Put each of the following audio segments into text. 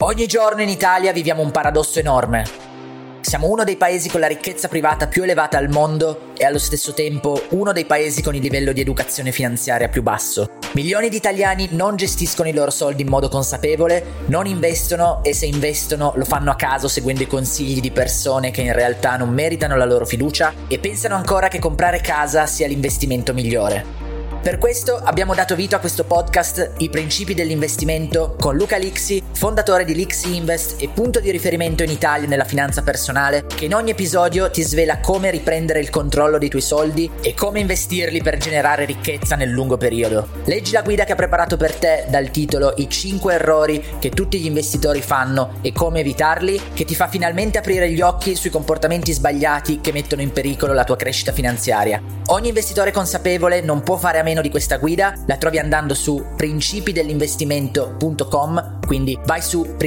Ogni giorno in Italia viviamo un paradosso enorme. Siamo uno dei paesi con la ricchezza privata più elevata al mondo e allo stesso tempo uno dei paesi con il livello di educazione finanziaria più basso. Milioni di italiani non gestiscono i loro soldi in modo consapevole, non investono e se investono lo fanno a caso seguendo i consigli di persone che in realtà non meritano la loro fiducia e pensano ancora che comprare casa sia l'investimento migliore. Per questo abbiamo dato vita a questo podcast I principi dell'investimento con Luca Lixi, fondatore di Lixi Invest e punto di riferimento in Italia nella finanza personale, che in ogni episodio ti svela come riprendere il controllo dei tuoi soldi e come investirli per generare ricchezza nel lungo periodo. Leggi la guida che ha preparato per te dal titolo I 5 errori che tutti gli investitori fanno e come evitarli, che ti fa finalmente aprire gli occhi sui comportamenti sbagliati che mettono in pericolo la tua crescita finanziaria. Ogni investitore consapevole non può fare a meno di questa guida, la trovi andando su principidellinvestimento.com, quindi vai su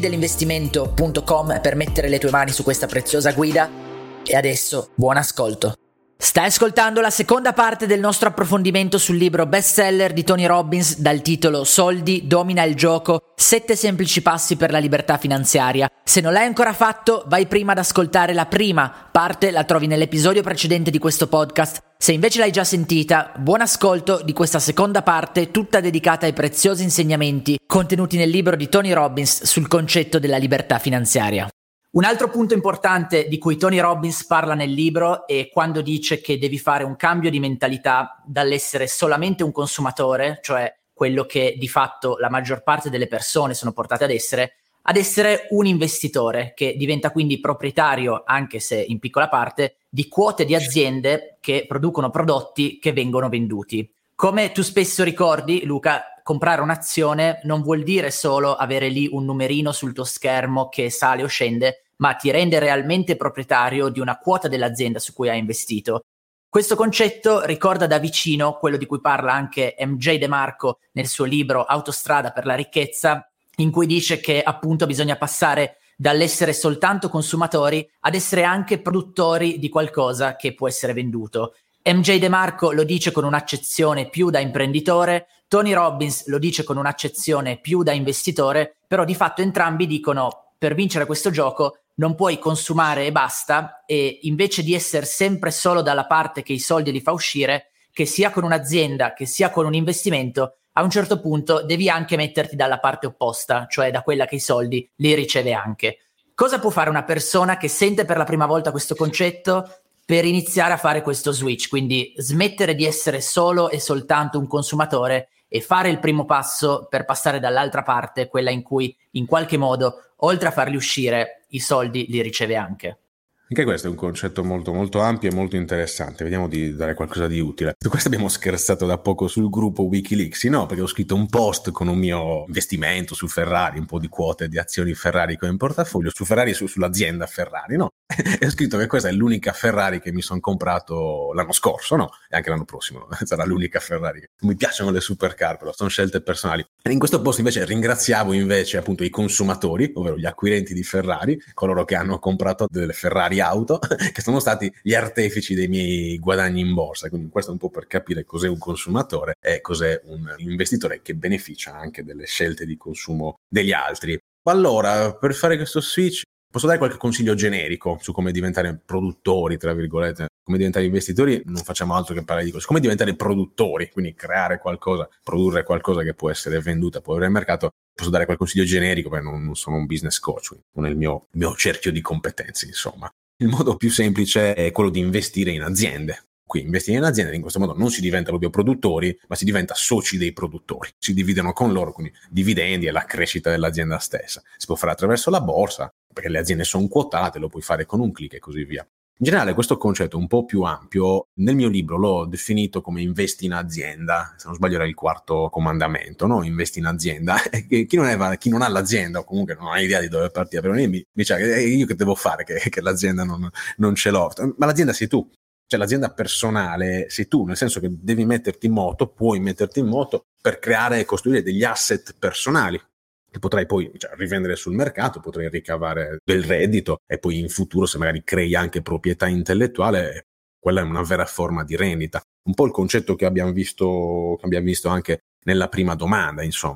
principidellinvestimento.com per mettere le tue mani su questa preziosa guida e adesso buon ascolto. Stai ascoltando la seconda parte del nostro approfondimento sul libro bestseller di Tony Robbins dal titolo Soldi, domina il gioco, 7 semplici passi per la libertà finanziaria. Se non l'hai ancora fatto, vai prima ad ascoltare la prima parte, la trovi nell'episodio precedente di questo podcast. Se invece l'hai già sentita, buon ascolto di questa seconda parte tutta dedicata ai preziosi insegnamenti contenuti nel libro di Tony Robbins sul concetto della libertà finanziaria. Un altro punto importante di cui Tony Robbins parla nel libro è quando dice che devi fare un cambio di mentalità dall'essere solamente un consumatore, cioè quello che di fatto la maggior parte delle persone sono portate ad essere un investitore che diventa quindi proprietario, anche se in piccola parte, di quote di aziende che producono prodotti che vengono venduti. Come tu spesso ricordi, Luca, comprare un'azione non vuol dire solo avere lì un numerino sul tuo schermo che sale o scende, ma ti rende realmente proprietario di una quota dell'azienda su cui hai investito. Questo concetto ricorda da vicino quello di cui parla anche MJ DeMarco nel suo libro Autostrada per la ricchezza, in cui dice che appunto bisogna passare dall'essere soltanto consumatori ad essere anche produttori di qualcosa che può essere venduto. MJ DeMarco lo dice con un'accezione più da imprenditore, Tony Robbins lo dice con un'accezione più da investitore, però di fatto entrambi dicono: per vincere questo gioco non puoi consumare e basta, e invece di essere sempre solo dalla parte che i soldi li fa uscire, che sia con un'azienda, che sia con un investimento, a un certo punto devi anche metterti dalla parte opposta, cioè da quella che i soldi li riceve anche. Cosa può fare una persona che sente per la prima volta questo concetto per iniziare a fare questo switch? Quindi smettere di essere solo e soltanto un consumatore e fare il primo passo per passare dall'altra parte, quella in cui in qualche modo, oltre a farli uscire, i soldi li riceve anche. Anche questo è un concetto molto molto ampio e molto interessante. Vediamo di dare qualcosa di utile. Su questo abbiamo scherzato da poco sul gruppo Wikileaks, no? Perché ho scritto un post con un mio investimento su Ferrari, un po' di quote di azioni Ferrari che ho in portafoglio, su Ferrari, sull'azienda Ferrari, no? E ho scritto che questa è l'unica Ferrari che mi sono comprato l'anno scorso, no? E anche l'anno prossimo sarà l'unica Ferrari. Mi piacciono le supercar, però sono scelte personali. E in questo post invece ringraziavo appunto i consumatori, ovvero gli acquirenti di Ferrari, coloro che hanno comprato delle Ferrari auto, che sono stati gli artefici dei miei guadagni in borsa. Quindi questo è un po' per capire cos'è un consumatore e cos'è un investitore che beneficia anche delle scelte di consumo degli altri. Allora, per fare questo switch posso dare qualche consiglio generico su come diventare produttori, tra virgolette. Come diventare investitori non facciamo altro che parlare di questo. Come diventare produttori, quindi creare qualcosa, produrre qualcosa che può essere venduta, può avere mercato. Posso dare qualche consiglio generico perché non sono un business coach, non è il mio cerchio di competenze, insomma. Il modo più semplice è quello di investire in aziende. Qui investire in aziende, in questo modo non si diventa proprio produttori, ma si diventa soci dei produttori. Si dividono con loro, quindi dividendi e la crescita dell'azienda stessa. Si può fare attraverso la borsa, perché le aziende sono quotate, lo puoi fare con un click e così via. In generale questo concetto è un po' più ampio. Nel mio libro l'ho definito come investi in azienda, se non sbaglio era il 4º comandamento, no? Investi in azienda. Chi non ha l'azienda o comunque non ha idea di dove partire, però mi dice io che devo fare che l'azienda non ce l'ho. Ma l'azienda sei tu. Cioè l'azienda personale sei tu, nel senso che devi metterti in moto, puoi metterti in moto per creare e costruire degli asset personali che potrai poi rivendere sul mercato, potrai ricavare del reddito e poi in futuro, se magari crei anche proprietà intellettuale, quella è una vera forma di rendita. Un po' il concetto che abbiamo visto anche nella prima domanda, insomma.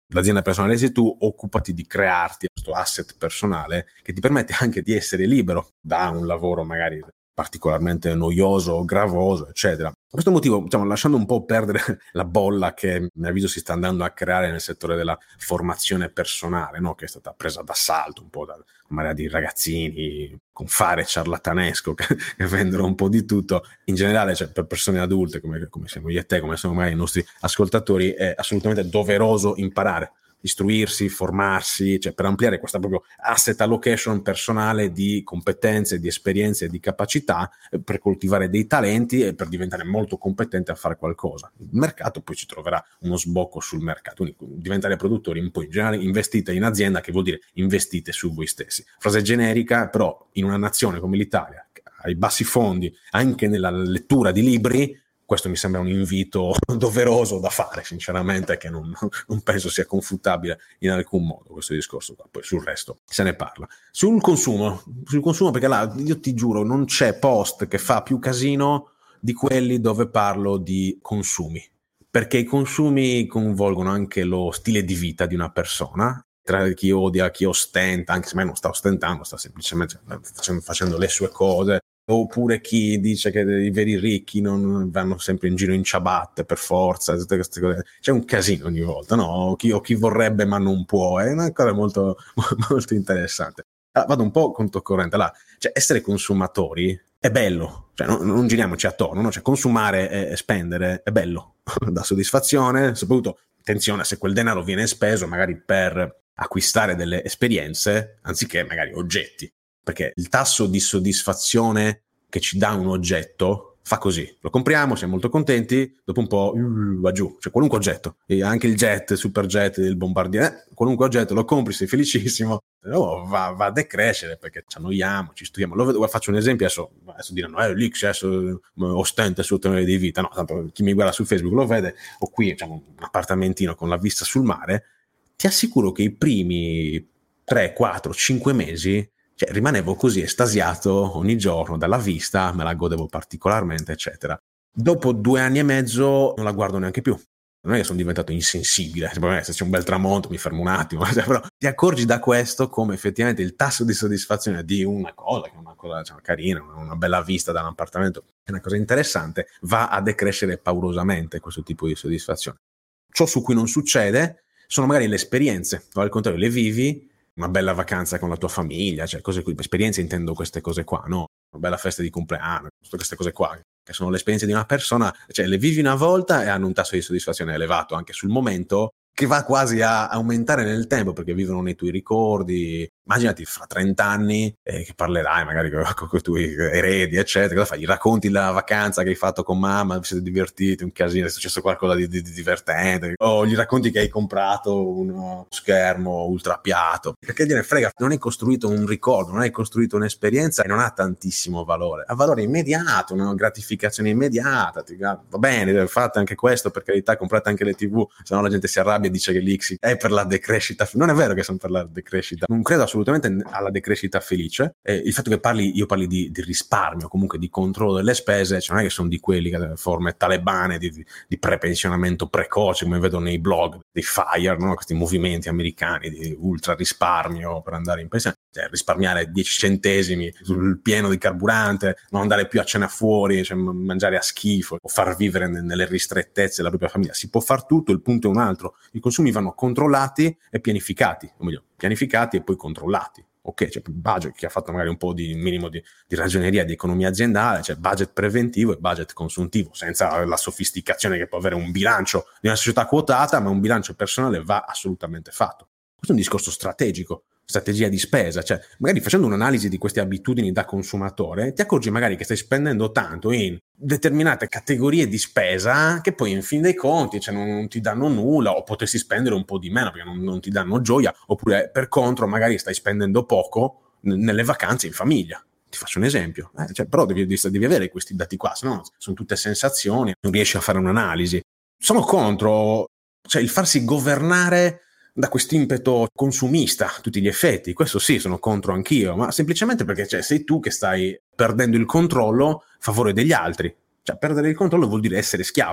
l'azienda personale sei tu, occupati di crearti questo asset personale che ti permette anche di essere libero da un lavoro magari particolarmente noioso o gravoso, eccetera. Per questo motivo, lasciando un po' perdere la bolla che a mio avviso si sta andando a creare nel settore della formazione personale, no? Che è stata presa d'assalto un po' da marea di ragazzini con fare ciarlatanesco che vendono un po' di tutto. In generale, per persone adulte come siamo io e te, come sono magari i nostri ascoltatori, è assolutamente doveroso imparare, istruirsi, formarsi, per ampliare questa proprio asset allocation personale di competenze, di esperienze e di capacità per coltivare dei talenti e per diventare molto competente a fare qualcosa. Il mercato poi ci troverà uno sbocco sul mercato, quindi diventare produttori, poi in generale investite in azienda, che vuol dire investite su voi stessi. Frase generica, però in una nazione come l'Italia, ai bassi fondi, anche nella lettura di libri, questo mi sembra un invito doveroso da fare, sinceramente, che non penso sia confutabile in alcun modo questo discorso qua. Poi sul resto se ne parla. Sul consumo, perché là, io ti giuro, non c'è post che fa più casino di quelli dove parlo di consumi, perché i consumi coinvolgono anche lo stile di vita di una persona, tra chi odia, chi ostenta, anche se mai non sta ostentando, sta semplicemente facendo le sue cose. Oppure chi dice che i veri ricchi non vanno sempre in giro in ciabatte per forza, tutte queste cose. C'è un casino ogni volta, no? O chi vorrebbe ma non può, è una cosa molto, molto interessante. Vado un po' controcorrente là. Essere consumatori è bello, non giriamoci attorno, no? Consumare e spendere è bello, dà soddisfazione, soprattutto attenzione se quel denaro viene speso magari per acquistare delle esperienze anziché magari oggetti. Perché il tasso di soddisfazione che ci dà un oggetto fa così: lo compriamo, siamo molto contenti, dopo un po' va giù, qualunque oggetto, e anche il jet, super jet, il bombardiere, qualunque oggetto lo compri, sei felicissimo, va a decrescere perché ci annoiamo, ci studiamo. Faccio un esempio, adesso diranno l'X adesso ostenta il suo tenore di vita. No, tanto chi mi guarda su Facebook lo vede. O qui un appartamentino con la vista sul mare. Ti assicuro che i primi 3, 4, 5 mesi rimanevo così estasiato ogni giorno dalla vista, me la godevo particolarmente, eccetera. Dopo 2 anni e mezzo non la guardo neanche più. Non è che sono diventato insensibile, se c'è un bel tramonto mi fermo un attimo, però ti accorgi da questo come effettivamente il tasso di soddisfazione di una cosa, che è una cosa carina, una bella vista da un appartamento, è una cosa interessante, va a decrescere paurosamente questo tipo di soddisfazione. Ciò su cui non succede sono magari le esperienze, o al contrario le vivi, una bella vacanza con la tua famiglia, cose qui, esperienze intendo queste cose qua, no? Una bella festa di compleanno, queste cose qua, che sono le esperienze di una persona, le vivi una volta e hanno un tasso di soddisfazione elevato anche sul momento, che va quasi a aumentare nel tempo perché vivono nei tuoi ricordi. Immaginati fra 30 anni che parlerai magari con i tuoi eredi, eccetera, cosa fai? Gli racconti la vacanza che hai fatto con mamma, vi siete divertiti, un casino, è successo qualcosa di divertente, o gli racconti che hai comprato uno schermo ultrapiato, perché gliene frega, non hai costruito un ricordo, non hai costruito un'esperienza e non ha tantissimo valore, ha valore immediato, una gratificazione immediata, va bene, fate anche questo, per carità, comprate anche le TV, se no la gente si arrabbia e dice che l'X è per la decrescita. Non è vero che sono per la decrescita, non credo assolutamente alla decrescita felice. Il fatto che io parli di risparmio, comunque di controllo delle spese, non è che sono di quelli che forme talebane di prepensionamento precoce, come vedo nei blog dei FIRE, no? Questi movimenti americani di ultra risparmio per andare in pensione, risparmiare 10 centesimi sul pieno di carburante, non andare più a cena fuori, mangiare a schifo o far vivere nelle ristrettezze della propria famiglia. Si può far tutto, il punto è un altro: i consumi vanno controllati e pianificati, o meglio, pianificati e poi controllati. Ok, c'è il budget, chi ha fatto magari un po' di minimo di ragioneria, di economia aziendale, c'è budget preventivo e budget consuntivo, senza la sofisticazione che può avere un bilancio di una società quotata, ma un bilancio personale va assolutamente fatto. Questo è un discorso strategico, strategia di spesa, magari facendo un'analisi di queste abitudini da consumatore ti accorgi magari che stai spendendo tanto in determinate categorie di spesa che poi in fin dei conti non ti danno nulla, o potresti spendere un po' di meno perché non ti danno gioia, oppure per contro magari stai spendendo poco nelle vacanze in famiglia. Ti faccio un esempio, però devi avere questi dati qua, se no sono tutte sensazioni, non riesci a fare un'analisi. Sono contro il farsi governare da quest'impeto consumista a tutti gli effetti. Questo sì, sono contro anch'io, ma semplicemente perché sei tu che stai perdendo il controllo a favore degli altri. Perdere il controllo vuol dire essere schiavo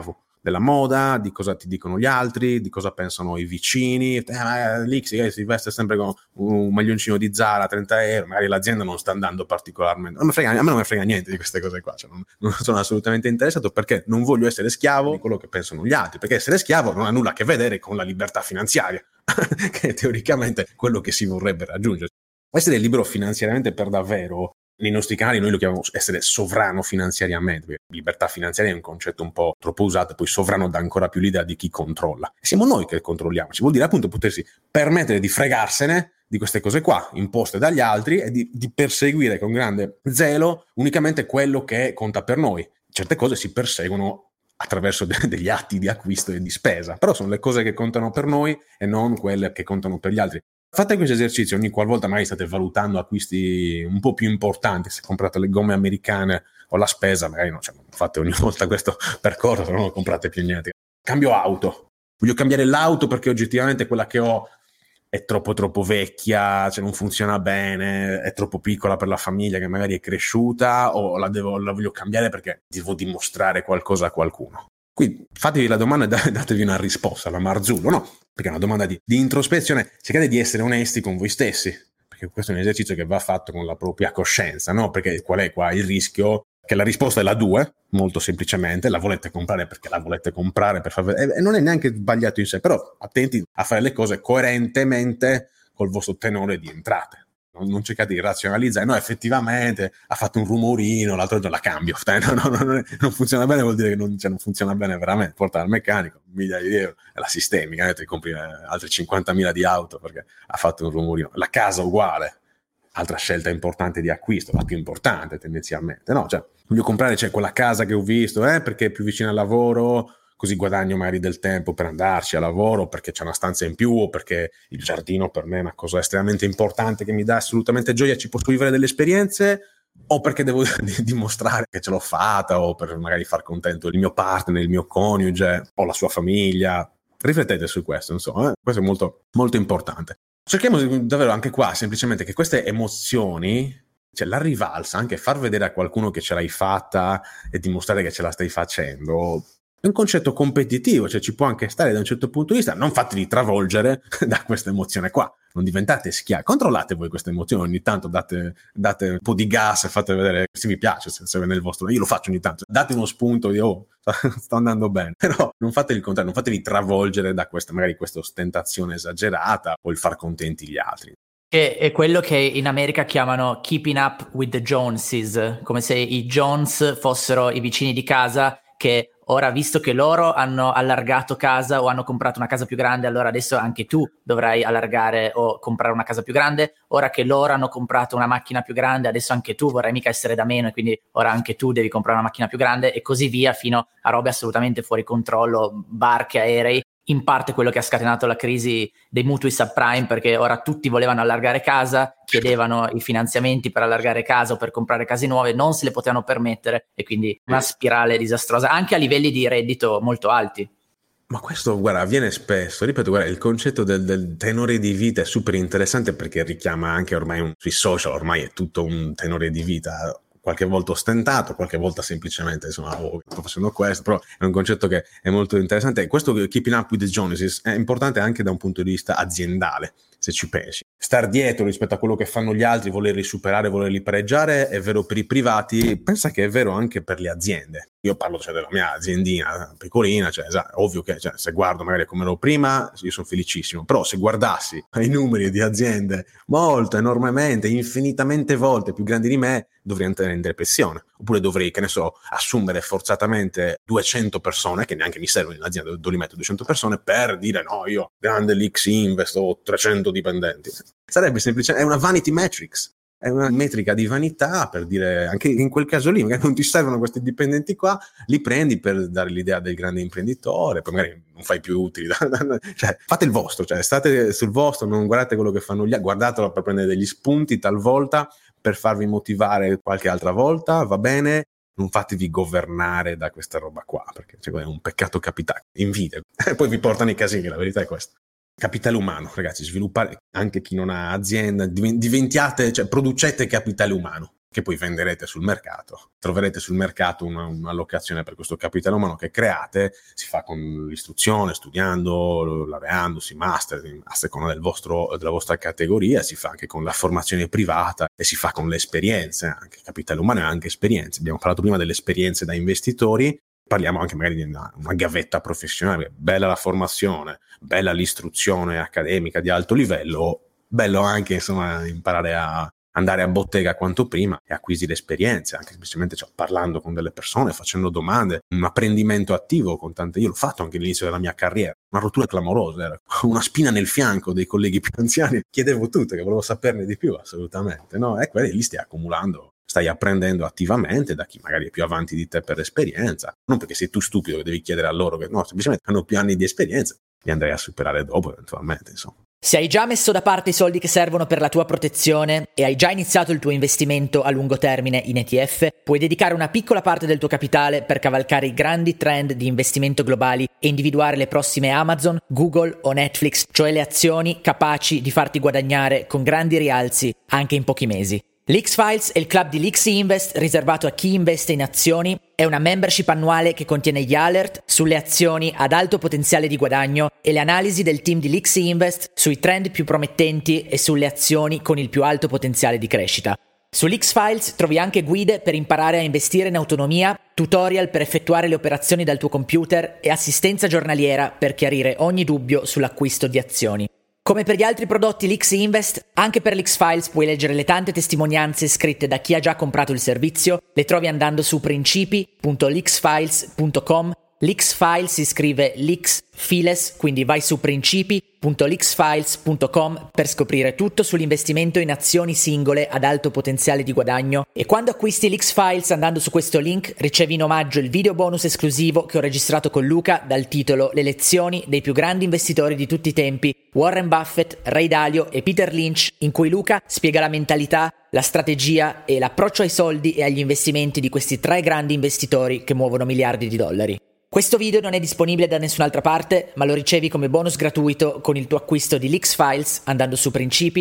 della moda, di cosa ti dicono gli altri, di cosa pensano i vicini. L'X si veste sempre con un maglioncino di Zara a 30 euro, magari l'azienda non sta andando particolarmente, a me non mi frega niente di queste cose qua, cioè non sono assolutamente interessato, perché non voglio essere schiavo di quello che pensano gli altri, perché essere schiavo non ha nulla a che vedere con la libertà finanziaria che è teoricamente quello che si vorrebbe raggiungere. Essere libero finanziariamente per davvero, nei nostri canali noi lo chiamiamo essere sovrano finanziariamente, perché libertà finanziaria è un concetto un po' troppo usato, poi sovrano dà ancora più l'idea di chi controlla. Siamo noi che controlliamo, ci vuol dire appunto potersi permettere di fregarsene di queste cose qua, imposte dagli altri, e di perseguire con grande zelo unicamente quello che conta per noi. Certe cose si perseguono attraverso degli atti di acquisto e di spesa, però sono le cose che contano per noi e non quelle che contano per gli altri. Fate questo esercizio ogni qualvolta magari state valutando acquisti un po' più importanti, se comprate le gomme americane o la spesa, magari non fate ogni volta questo percorso, se no non comprate più niente. Cambio auto, voglio cambiare l'auto perché oggettivamente quella che ho è troppo vecchia, cioè non funziona bene, è troppo piccola per la famiglia che magari è cresciuta, o la voglio cambiare perché devo dimostrare qualcosa a qualcuno. Quindi fatevi la domanda e datevi una risposta alla Marzullo, no? Perché è una domanda di introspezione, cercate di essere onesti con voi stessi, perché questo è un esercizio che va fatto con la propria coscienza, no? Perché qual è qua il rischio? Che la risposta è la 2, molto semplicemente, la volete comprare perché la volete comprare per far vedere, e non è neanche sbagliato in sé, però attenti a fare le cose coerentemente col vostro tenore di entrate. Non cercate di razionalizzare, no, effettivamente ha fatto un rumorino, l'altro giorno la cambio, non funziona bene, vuol dire che non funziona bene veramente, porta al meccanico, migliaia di euro, e la sistemi, ti compri altri 50.000 di auto perché ha fatto un rumorino. La casa uguale, altra scelta importante di acquisto, la più importante tendenzialmente, no? Cioè, voglio comprare quella casa che ho visto, perché è più vicina al lavoro, così guadagno magari del tempo per andarci a lavoro, perché c'è una stanza in più, o perché il giardino per me è una cosa estremamente importante che mi dà assolutamente gioia, ci posso vivere delle esperienze, o perché devo dimostrare che ce l'ho fatta, o per magari far contento il mio partner, il mio coniuge o la sua famiglia. Riflettete su questo, insomma, questo è molto, molto importante. Cerchiamo davvero anche qua semplicemente che queste emozioni, cioè la rivalsa, anche far vedere a qualcuno che ce l'hai fatta e dimostrare che ce la stai facendo, è un concetto competitivo, cioè ci può anche stare da un certo punto di vista. Non fatevi travolgere da questa emozione qua, non diventate schiavi, controllate voi queste emozioni, ogni tanto date un po' di gas e fate vedere se vi piace, se è nel vostro, io lo faccio ogni tanto, date uno spunto di sto andando bene, però non fate il contrario, non fatevi travolgere da questa ostentazione esagerata o il far contenti gli altri. Che è quello che in America chiamano keeping up with the Joneses, come se i Jones fossero i vicini di casa che ora, visto che loro hanno allargato casa o hanno comprato una casa più grande, allora adesso anche tu dovrai allargare o comprare una casa più grande. Ora che loro hanno comprato una macchina più grande, adesso anche tu vorrai mica essere da meno, e quindi ora anche tu devi comprare una macchina più grande, e così via fino a robe assolutamente fuori controllo, barche, aerei. In parte quello che ha scatenato la crisi dei mutui subprime, perché ora tutti volevano allargare casa, chiedevano i finanziamenti per allargare casa o per comprare case nuove, non se le potevano permettere, e quindi una spirale disastrosa anche a livelli di reddito molto alti. Ma questo, guarda, avviene spesso. Ripeto, guarda, il concetto del tenore di vita è super interessante, perché richiama anche ormai sui social, ormai è tutto un tenore di vita, qualche volta ostentato, qualche volta semplicemente sto facendo questo, però è un concetto che è molto interessante. Questo keeping up with the Joneses è importante anche da un punto di vista aziendale, se ci pensi. Star dietro rispetto a quello che fanno gli altri, volerli superare, volerli pareggiare, è vero per i privati, pensa che è vero anche per le aziende. Io parlo della mia aziendina piccolina, ovvio che se guardo magari come ero prima, io sono felicissimo, però se guardassi ai numeri di aziende molto, enormemente, infinitamente volte più grandi di me, dovrei entrare in depressione, oppure dovrei, assumere forzatamente 200 persone, che neanche mi servono in azienda, dove li metto 200 persone per dire no, io grande l'X Invest, ho 300 dipendenti. Sarebbe semplicemente, è una vanity metrics, è una metrica di vanità, per dire, anche in quel caso lì magari non ti servono questi dipendenti qua, li prendi per dare l'idea del grande imprenditore, poi magari non fai più utili, fate il vostro, state sul vostro, non guardate quello che fanno gli altri, guardatelo per prendere degli spunti talvolta, per farvi motivare qualche altra volta, va bene, non fatevi governare da questa roba qua, perché è un peccato capitale, invidia, e poi vi portano i casini, la verità è questa. Capitale umano, ragazzi, sviluppare, anche chi non ha azienda, diventiate, producete capitale umano, che poi venderete sul mercato. Troverete sul mercato un'allocazione per questo capitale umano che create, si fa con l'istruzione, studiando, laureandosi, master, a seconda della vostra categoria, si fa anche con la formazione privata e si fa con le esperienze, anche capitale umano e anche esperienze. Abbiamo parlato prima delle esperienze da investitori, parliamo anche magari di una gavetta professionale, bella la formazione, bella l'istruzione accademica di alto livello, bello anche insomma imparare a andare a bottega quanto prima e acquisire esperienze, anche semplicemente parlando con delle persone, facendo domande, un apprendimento attivo con tante. Io l'ho fatto anche all'inizio della mia carriera, una rottura clamorosa, era una spina nel fianco dei colleghi più anziani, chiedevo tutto, che volevo saperne di più, assolutamente, no? E quelli lì stai accumulando, stai apprendendo attivamente da chi magari è più avanti di te per esperienza, non perché sei tu stupido che devi chiedere a loro, che no, semplicemente hanno più anni di esperienza, li andrai a superare dopo eventualmente, insomma. Se hai già messo da parte i soldi che servono per la tua protezione e hai già iniziato il tuo investimento a lungo termine in ETF, puoi dedicare una piccola parte del tuo capitale per cavalcare i grandi trend di investimento globali e individuare le prossime Amazon, Google o Netflix, cioè le azioni capaci di farti guadagnare con grandi rialzi anche in pochi mesi. L'X-Files è il club di l'X Invest riservato a chi investe in azioni. È una membership annuale che contiene gli alert sulle azioni ad alto potenziale di guadagno e le analisi del team di l'X Invest sui trend più promettenti e sulle azioni con il più alto potenziale di crescita. Sull'X-Files trovi anche guide per imparare a investire in autonomia, tutorial per effettuare le operazioni dal tuo computer e assistenza giornaliera per chiarire ogni dubbio sull'acquisto di azioni. Come per gli altri prodotti l'X Invest, anche per l'X-Files puoi leggere le tante testimonianze scritte da chi ha già comprato il servizio, le trovi andando su principi.lxfiles.com. L'X-Files si scrive l'X-Files, quindi vai su principi.lxfiles.com per scoprire tutto sull'investimento in azioni singole ad alto potenziale di guadagno, e quando acquisti l'X-Files andando su questo link ricevi in omaggio il video bonus esclusivo che ho registrato con Luca dal titolo Le lezioni dei più grandi investitori di tutti i tempi, Warren Buffett, Ray Dalio e Peter Lynch, in cui Luca spiega la mentalità, la strategia e l'approccio ai soldi e agli investimenti di questi 3 grandi investitori che muovono miliardi di dollari. Questo video non è disponibile da nessun'altra parte, ma lo ricevi come bonus gratuito con il tuo acquisto di l'X-Files andando su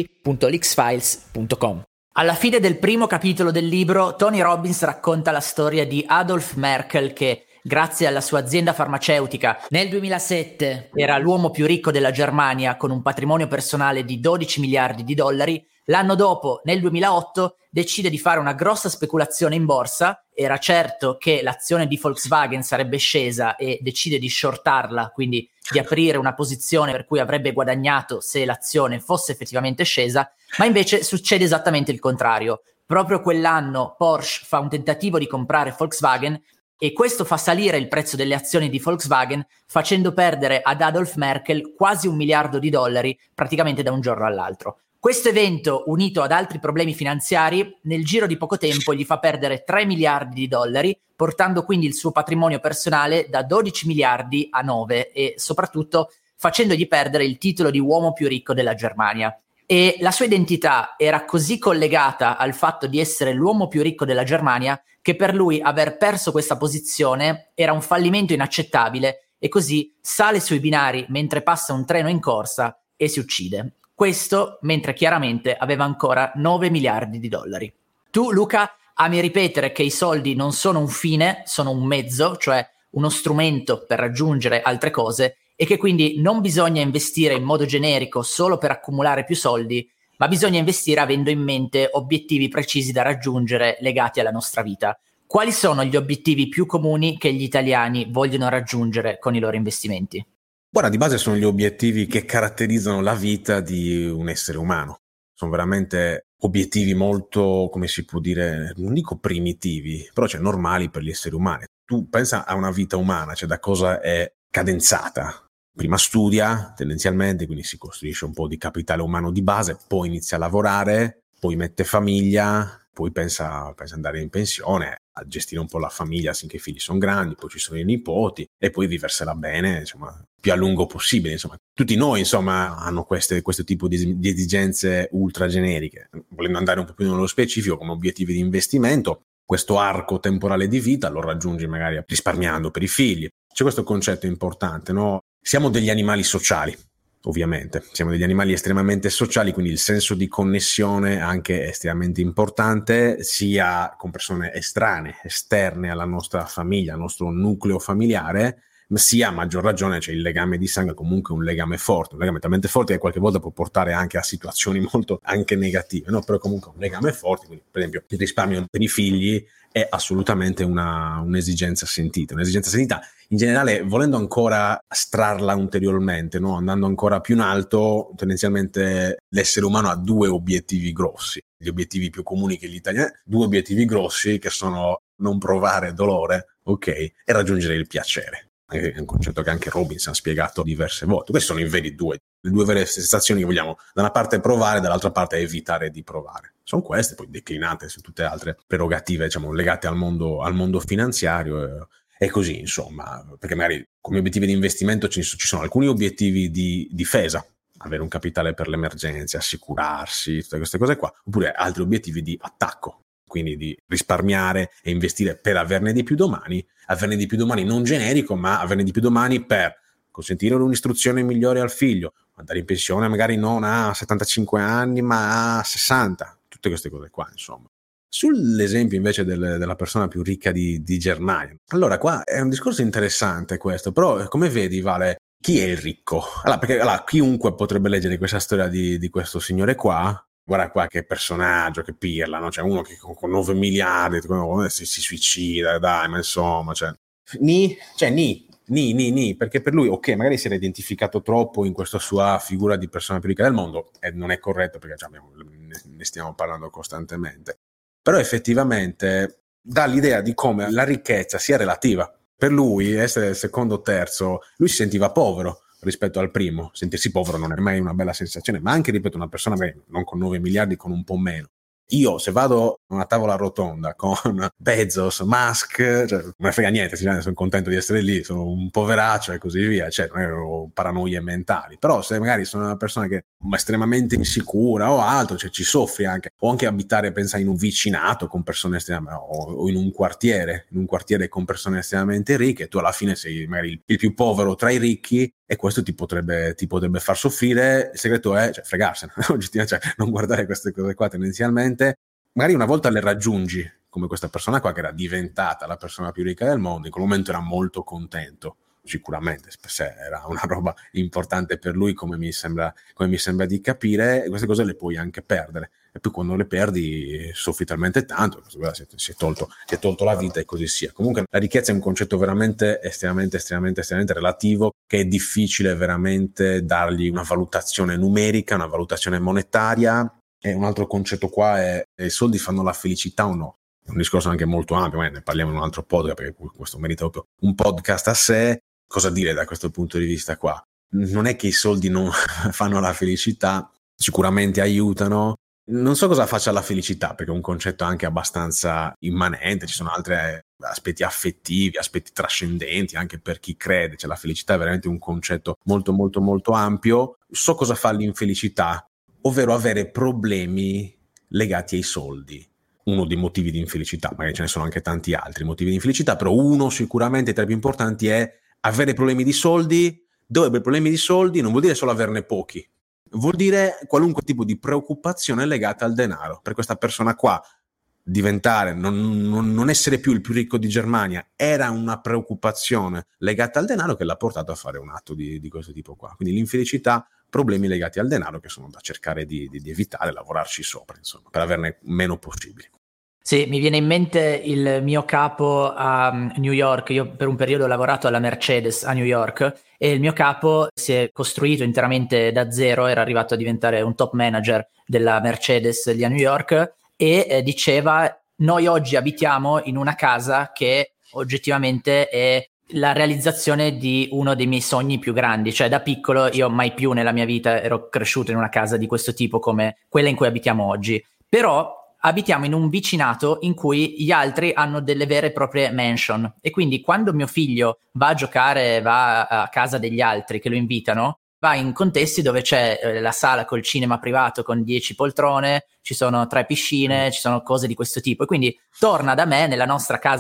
principi.lxfiles.com. Alla fine del primo capitolo del libro, Tony Robbins racconta la storia di Adolf Merkel che, grazie alla sua azienda farmaceutica, nel 2007 era l'uomo più ricco della Germania con un patrimonio personale di 12 miliardi di dollari. L'anno dopo, nel 2008, decide di fare una grossa speculazione in borsa. Era certo che l'azione di Volkswagen sarebbe scesa e decide di shortarla, quindi di aprire una posizione per cui avrebbe guadagnato se l'azione fosse effettivamente scesa, ma invece succede esattamente il contrario. Proprio quell'anno Porsche fa un tentativo di comprare Volkswagen e questo fa salire il prezzo delle azioni di Volkswagen, facendo perdere ad Adolf Merkel quasi 1 miliardo di dollari praticamente da un giorno all'altro. Questo evento, unito ad altri problemi finanziari, nel giro di poco tempo gli fa perdere 3 miliardi di dollari, portando quindi il suo patrimonio personale da 12 miliardi a 9 e soprattutto facendogli perdere il titolo di uomo più ricco della Germania. E la sua identità era così collegata al fatto di essere l'uomo più ricco della Germania che per lui aver perso questa posizione era un fallimento inaccettabile e così sale sui binari mentre passa un treno in corsa e si uccide. Questo mentre chiaramente aveva ancora 9 miliardi di dollari. Tu, Luca, ami ripetere che i soldi non sono un fine, sono un mezzo, cioè uno strumento per raggiungere altre cose, e che quindi non bisogna investire in modo generico solo per accumulare più soldi, ma bisogna investire avendo in mente obiettivi precisi da raggiungere legati alla nostra vita. Quali sono gli obiettivi più comuni che gli italiani vogliono raggiungere con i loro investimenti? Guarda, di base sono gli obiettivi che caratterizzano la vita di un essere umano. Sono veramente obiettivi molto, come si può dire, non dico primitivi, però normali per gli esseri umani. Tu pensa a una vita umana, da cosa è cadenzata. Prima studia, tendenzialmente, quindi si costruisce un po' di capitale umano di base, poi inizia a lavorare, poi mette famiglia, poi pensa andare in pensione, a gestire un po' la famiglia finché i figli sono grandi, poi ci sono i nipoti e poi viversela bene, più a lungo possibile. Tutti noi, hanno questo tipo di esigenze ultra generiche. Volendo andare un po' più nello specifico, come obiettivi di investimento, questo arco temporale di vita lo raggiungi magari risparmiando per i figli. C'è questo concetto importante, no? Siamo degli animali sociali. ovviamente. Siamo degli animali estremamente sociali, quindi il senso di connessione anche è estremamente importante, sia con persone estranee, esterne alla nostra famiglia, al nostro nucleo familiare, sia a maggior ragione c'è il legame di sangue, comunque un legame forte, un legame talmente forte che qualche volta può portare anche a situazioni molto anche negative, no? Però comunque un legame forte, quindi per esempio il risparmio per i figli è assolutamente un'esigenza sentita, in generale, volendo ancora astrarla ulteriormente, no? Andando ancora più in alto, tendenzialmente l'essere umano ha due obiettivi grossi, gli obiettivi più comuni che gli italiani, due obiettivi grossi che sono non provare dolore, ok, e raggiungere il piacere. È un concetto che anche Robbins ha spiegato diverse volte. Queste sono le due vere sensazioni che vogliamo da una parte provare, dall'altra parte evitare di provare. Sono queste, poi declinate su tutte altre prerogative, diciamo, legate al mondo finanziario e così, insomma, perché magari come obiettivi di investimento ci sono alcuni obiettivi di difesa, avere un capitale per le emergenze, assicurarsi, tutte queste cose qua, oppure altri obiettivi di attacco, quindi di risparmiare e investire per averne di più domani non generico, ma averne di più domani per consentire un'istruzione migliore al figlio, andare in pensione magari non a 75 anni ma a 60, tutte queste cose qua, insomma. Sull'esempio invece della persona più ricca di Germania, allora qua è un discorso interessante questo, però come vedi, Vale, chi è il ricco? Perché chiunque potrebbe leggere questa storia di questo signore qua. Guarda qua che personaggio, che pirla, no? Cioè uno che con 9 miliardi si suicida, dai, ma insomma, perché per lui, ok, magari si era identificato troppo in questa sua figura di persona più ricca del mondo, e non è corretto perché ne stiamo parlando costantemente, però effettivamente dà l'idea di come la ricchezza sia relativa. Per lui, essere il secondo o terzo, lui si sentiva povero rispetto al primo. Sentirsi povero non è mai una bella sensazione, ma anche, ripeto, una persona non con 9 miliardi, con un po' meno. Io se vado a una tavola rotonda con Bezos, Musk, cioè, non me frega niente, sono contento di essere lì, sono un poveraccio e così via, cioè non ho paranoie mentali, però se magari sono una persona che è estremamente insicura o altro, cioè ci soffri anche, o anche abitare, pensa, in un vicinato con persone estremamente, o in un quartiere con persone estremamente ricche, tu alla fine sei magari il più povero tra i ricchi, e questo ti potrebbe far soffrire. Il segreto è fregarsene, cioè non guardare queste cose qua tendenzialmente. Magari una volta le raggiungi, come questa persona qua che era diventata la persona più ricca del mondo, in quel momento era molto contento, sicuramente, per sé era una roba importante per lui, come mi sembra di capire, e queste cose le puoi anche perdere, e poi quando le perdi soffri talmente tanto, si è tolto la vita e così sia. Comunque la ricchezza è un concetto veramente estremamente relativo, che è difficile veramente dargli una valutazione numerica, una valutazione monetaria. E un altro concetto qua è: i soldi fanno la felicità o no? È un discorso anche molto ampio, ne parliamo in un altro podcast, perché questo merita proprio un podcast a sé. Cosa dire da questo punto di vista qua? Non è che i soldi non fanno la felicità, sicuramente aiutano. Non so cosa faccia la felicità, perché è un concetto anche abbastanza immanente, ci sono altri aspetti affettivi, aspetti trascendenti anche per chi crede, cioè la felicità è veramente un concetto molto molto molto ampio. So cosa fa l'infelicità, ovvero avere problemi legati ai soldi. Uno dei motivi di infelicità, magari ce ne sono anche tanti altri motivi di infelicità, però uno sicuramente tra i più importanti è avere problemi di soldi. Dove avere problemi di soldi non vuol dire solo averne pochi, vuol dire qualunque tipo di preoccupazione legata al denaro. Per questa persona qua diventare, non essere più il più ricco di Germania, era una preoccupazione legata al denaro che l'ha portato a fare un atto di questo tipo qua. Quindi l'infelicità, problemi legati al denaro che sono da cercare di evitare, lavorarci sopra, insomma, per averne meno possibili. Sì, mi viene in mente il mio capo a New York. Io per un periodo ho lavorato alla Mercedes a New York e il mio capo si è costruito interamente da zero, era arrivato a diventare un top manager della Mercedes lì a New York e diceva: noi oggi abitiamo in una casa che oggettivamente è la realizzazione di uno dei miei sogni più grandi. Cioè, da piccolo io mai più nella mia vita ero cresciuto in una casa di questo tipo come quella in cui abitiamo oggi, però abitiamo in un vicinato in cui gli altri hanno delle vere e proprie mansion, e quindi quando mio figlio va a giocare, va a casa degli altri che lo invitano, va in contesti dove c'è la sala col cinema privato con 10 poltrone, ci sono 3 piscine, ci sono cose di questo tipo, e quindi torna da me nella nostra casa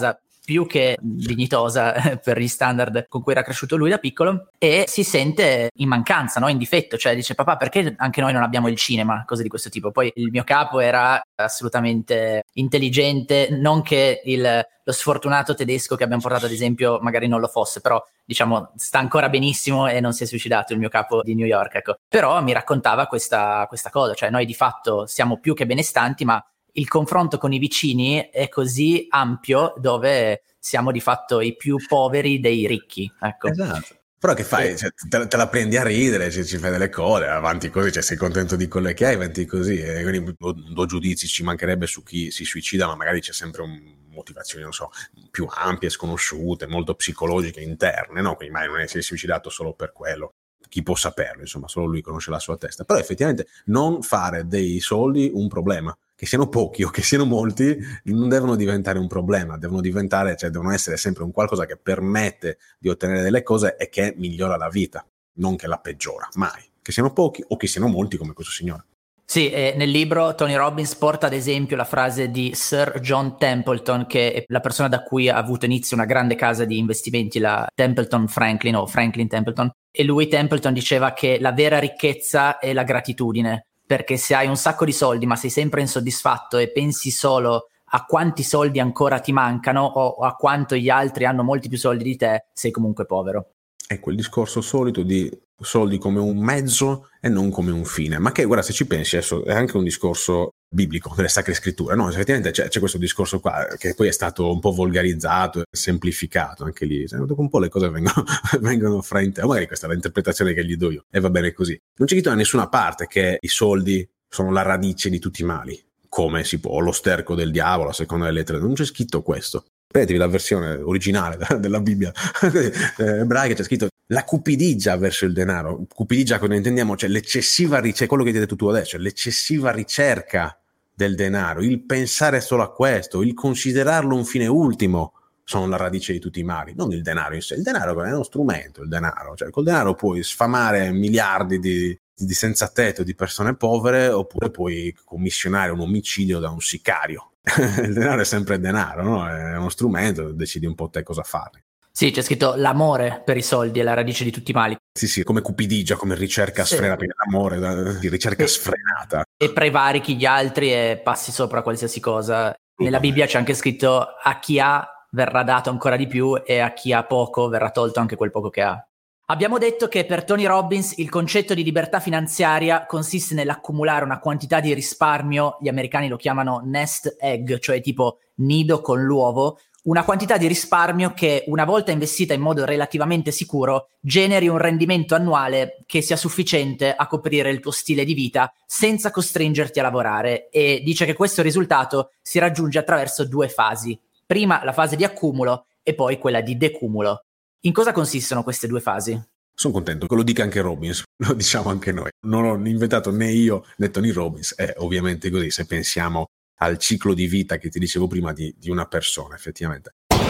più che dignitosa per gli standard con cui era cresciuto lui da piccolo, e si sente in mancanza, no? In difetto, cioè dice: papà, perché anche noi non abbiamo il cinema? Cose di questo tipo. Poi il mio capo era assolutamente intelligente, non che lo sfortunato tedesco che abbiamo portato ad esempio magari non lo fosse, però diciamo sta ancora benissimo e non si è suicidato, il mio capo di New York, ecco. Però mi raccontava questa cosa, cioè noi di fatto siamo più che benestanti, ma il confronto con i vicini è così ampio dove siamo di fatto i più poveri dei ricchi, ecco. Esatto. Però che fai? Cioè, te la prendi a ridere, ci fai delle cose, avanti così, cioè sei contento di quello che hai, avanti così, e quindi do giudizi, ci mancherebbe su chi si suicida, ma magari c'è sempre motivazioni, non so, più ampie, sconosciute, molto psicologiche, interne, no? Quindi mai non è si è suicidato solo per quello. Chi può saperlo, insomma, solo lui conosce la sua testa. Però effettivamente non fare dei soldi un problema, che siano pochi o che siano molti, non devono diventare un problema, devono diventare, cioè devono essere sempre un qualcosa che permette di ottenere delle cose e che migliora la vita, non che la peggiora, mai. Che siano pochi o che siano molti come questo signore. Sì, nel libro Tony Robbins porta ad esempio la frase di Sir John Templeton, che è la persona da cui ha avuto inizio una grande casa di investimenti, la Templeton Franklin o Franklin Templeton, e lui, Templeton, diceva che la vera ricchezza è la gratitudine, perché se hai un sacco di soldi ma sei sempre insoddisfatto e pensi solo a quanti soldi ancora ti mancano o a quanto gli altri hanno molti più soldi di te, sei comunque povero. È quel discorso solito di soldi come un mezzo e non come un fine, ma che, guarda, se ci pensi adesso è anche un discorso biblico delle sacre scritture, no? Effettivamente c'è questo discorso qua che poi è stato un po' volgarizzato e semplificato anche lì, dopo un po' le cose vengono fraintese, magari questa è l'interpretazione che gli do io e va bene così. Non c'è scritto da nessuna parte che i soldi sono la radice di tutti i mali, come si può, lo sterco del diavolo a seconda delle lettere, non c'è scritto questo. Predetevi la versione originale della Bibbia ebraica, c'è scritto la cupidigia verso il denaro. Cupidigia, come intendiamo, cioè l'eccessiva ricerca, quello che hai detto tu adesso, l'eccessiva ricerca del denaro, il pensare solo a questo, il considerarlo un fine ultimo, sono la radice di tutti i mali, non il denaro in sé. Il denaro è uno strumento, il denaro, cioè col denaro puoi sfamare miliardi di senza tetto, di persone povere, oppure puoi commissionare un omicidio da un sicario. Il denaro è sempre denaro, no? È uno strumento, decidi un po' te cosa farne. Sì, c'è scritto l'amore per i soldi è la radice di tutti i mali. Sì, come cupidigia, come ricerca sfrenata, perché l'amore di ricerca sfrenata. E prevarichi gli altri e passi sopra qualsiasi cosa. Nella Bibbia c'è anche scritto: a chi ha verrà dato ancora di più e a chi ha poco verrà tolto anche quel poco che ha. Abbiamo detto che per Tony Robbins il concetto di libertà finanziaria consiste nell'accumulare una quantità di risparmio, gli americani lo chiamano nest egg, cioè tipo nido con l'uovo, una quantità di risparmio che, una volta investita in modo relativamente sicuro, generi un rendimento annuale che sia sufficiente a coprire il tuo stile di vita senza costringerti a lavorare, e dice che questo risultato si raggiunge attraverso 2 fasi. Prima la fase di accumulo e poi quella di decumulo. In cosa consistono queste 2 fasi? Sono contento che lo dica anche Robbins, lo diciamo anche noi. Non l'ho inventato né io né Tony Robbins, è ovviamente così se pensiamo al ciclo di vita che ti dicevo prima di una persona, effettivamente.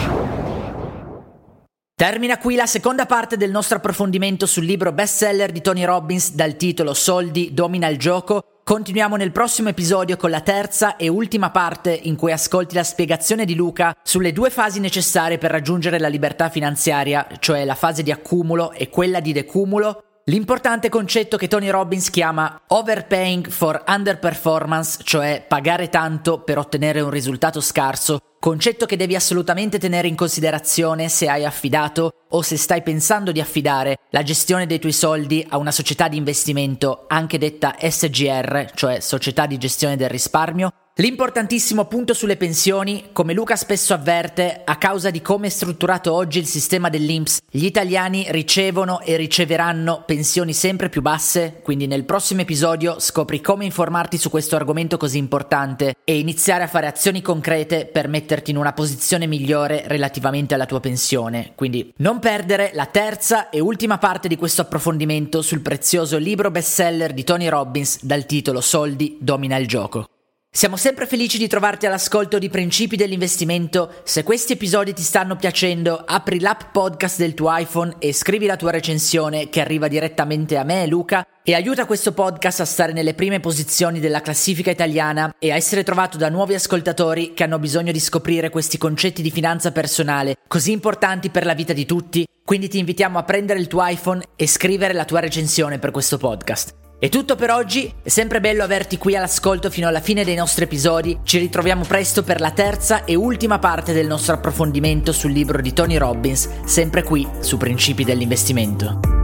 Termina qui la seconda parte del nostro approfondimento sul libro bestseller di Tony Robbins dal titolo Soldi, domina il gioco. Continuiamo nel prossimo episodio con la terza e ultima parte in cui ascolti la spiegazione di Luca sulle 2 fasi necessarie per raggiungere la libertà finanziaria, cioè la fase di accumulo e quella di decumulo, l'importante concetto che Tony Robbins chiama overpaying for underperformance, cioè pagare tanto per ottenere un risultato scarso, concetto che devi assolutamente tenere in considerazione se hai affidato o se stai pensando di affidare la gestione dei tuoi soldi a una società di investimento, anche detta SGR, cioè società di gestione del risparmio. L'importantissimo punto sulle pensioni: come Luca spesso avverte, a causa di come è strutturato oggi il sistema dell'INPS, gli italiani ricevono e riceveranno pensioni sempre più basse, quindi nel prossimo episodio scopri come informarti su questo argomento così importante e iniziare a fare azioni concrete per metterti in una posizione migliore relativamente alla tua pensione. Quindi non perdere la terza e ultima parte di questo approfondimento sul prezioso libro bestseller di Tony Robbins dal titolo Soldi, domina il gioco. Siamo sempre felici di trovarti all'ascolto di Principi dell'Investimento. Se questi episodi ti stanno piacendo, apri l'app podcast del tuo iPhone e scrivi la tua recensione che arriva direttamente a me, Luca, e aiuta questo podcast a stare nelle prime posizioni della classifica italiana e a essere trovato da nuovi ascoltatori che hanno bisogno di scoprire questi concetti di finanza personale così importanti per la vita di tutti. Quindi ti invitiamo a prendere il tuo iPhone e scrivere la tua recensione per questo podcast. È tutto per oggi, è sempre bello averti qui all'ascolto fino alla fine dei nostri episodi. Ci ritroviamo presto per la terza e ultima parte del nostro approfondimento sul libro di Tony Robbins, sempre qui su Principi dell'Investimento.